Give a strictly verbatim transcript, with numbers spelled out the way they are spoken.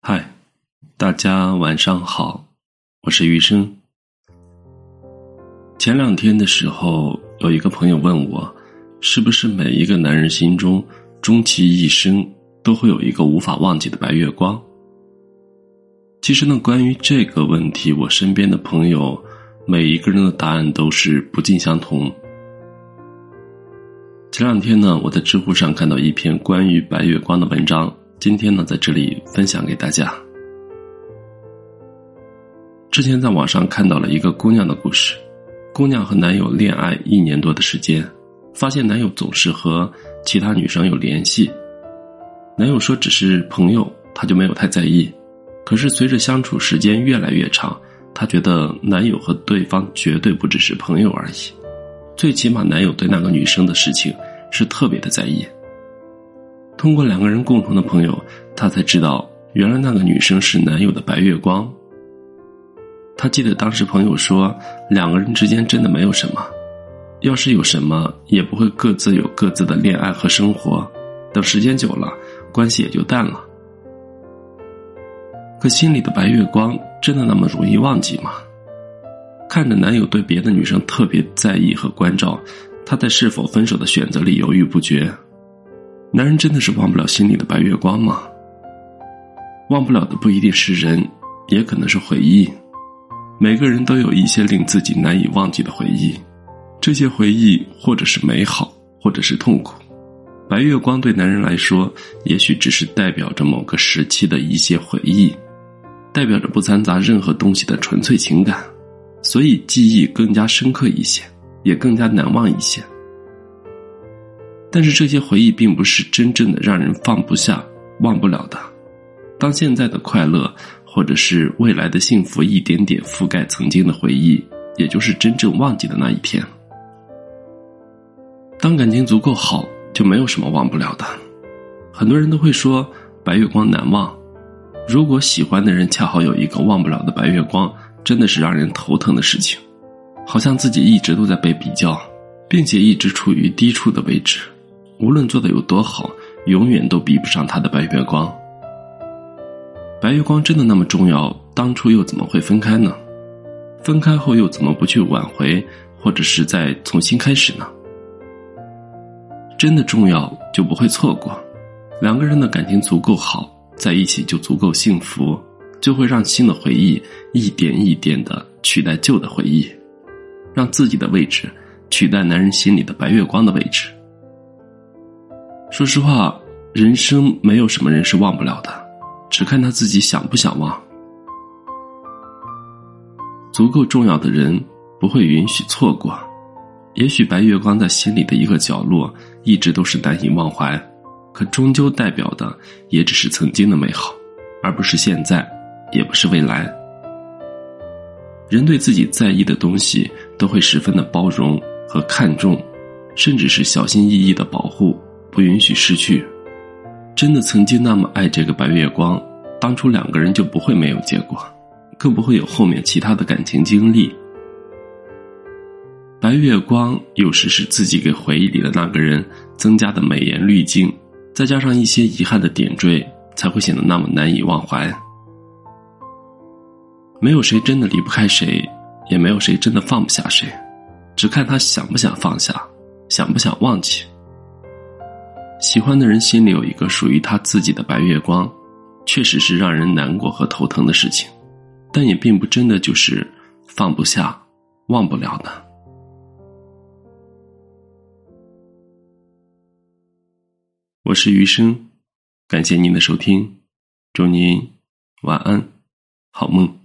嗨，大家晚上好，我是余生。前两天的时候，有一个朋友问我，是不是每一个男人心中终其一生都会有一个无法忘记的白月光？其实呢，关于这个问题，我身边的朋友每一个人的答案都是不尽相同。前两天呢，我在知乎上看到一篇关于白月光的文章，今天呢，在这里分享给大家。之前在网上看到了一个姑娘的故事，姑娘和男友恋爱一年多的时间，发现男友总是和其他女生有联系。男友说只是朋友，她就没有太在意。可是随着相处时间越来越长，她觉得男友和对方绝对不只是朋友而已，最起码男友对那个女生的事情是特别的在意。通过两个人共同的朋友，她才知道原来那个女生是男友的白月光。她记得当时朋友说，两个人之间真的没有什么，要是有什么也不会各自有各自的恋爱和生活，等时间久了，关系也就淡了。可心里的白月光真的那么容易忘记吗？看着男友对别的女生特别在意和关照，她在是否分手的选择里犹豫不决。男人真的是忘不了心里的白月光吗？忘不了的不一定是人，也可能是回忆。每个人都有一些令自己难以忘记的回忆，这些回忆或者是美好，或者是痛苦。白月光对男人来说，也许只是代表着某个时期的一些回忆，代表着不掺杂任何东西的纯粹情感，所以记忆更加深刻一些，也更加难忘一些。但是这些回忆并不是真正的让人放不下、忘不了的。当现在的快乐或者是未来的幸福一点点覆盖曾经的回忆，也就是真正忘记的那一天。当感情足够好，就没有什么忘不了的。很多人都会说白月光难忘，如果喜欢的人恰好有一个忘不了的白月光，真的是让人头疼的事情，好像自己一直都在被比较，并且一直处于低处的位置，无论做得有多好，永远都比不上他的白月光。白月光真的那么重要，当初又怎么会分开呢？分开后又怎么不去挽回，或者是再重新开始呢？真的重要就不会错过，两个人的感情足够好，在一起就足够幸福，就会让新的回忆一点一点地取代旧的回忆，让自己的位置取代男人心里的白月光的位置。说实话，人生没有什么人是忘不了的，只看他自己想不想忘。足够重要的人不会允许错过，也许白月光在心里的一个角落一直都是难以忘怀，可终究代表的也只是曾经的美好，而不是现在，也不是未来。人对自己在意的东西都会十分的包容和看重，甚至是小心翼翼的保护，不允许失去。真的曾经那么爱这个白月光，当初两个人就不会没有结果，更不会有后面其他的感情经历。白月光有时是自己给回忆里的那个人增加的美颜滤镜，再加上一些遗憾的点缀，才会显得那么难以忘怀。没有谁真的离不开谁，也没有谁真的放不下谁，只看他想不想放下，想不想忘记。喜欢的人心里有一个属于他自己的白月光，确实是让人难过和头疼的事情，但也并不真的就是放不下、忘不了的。我是余生，感谢您的收听，祝您晚安，好梦。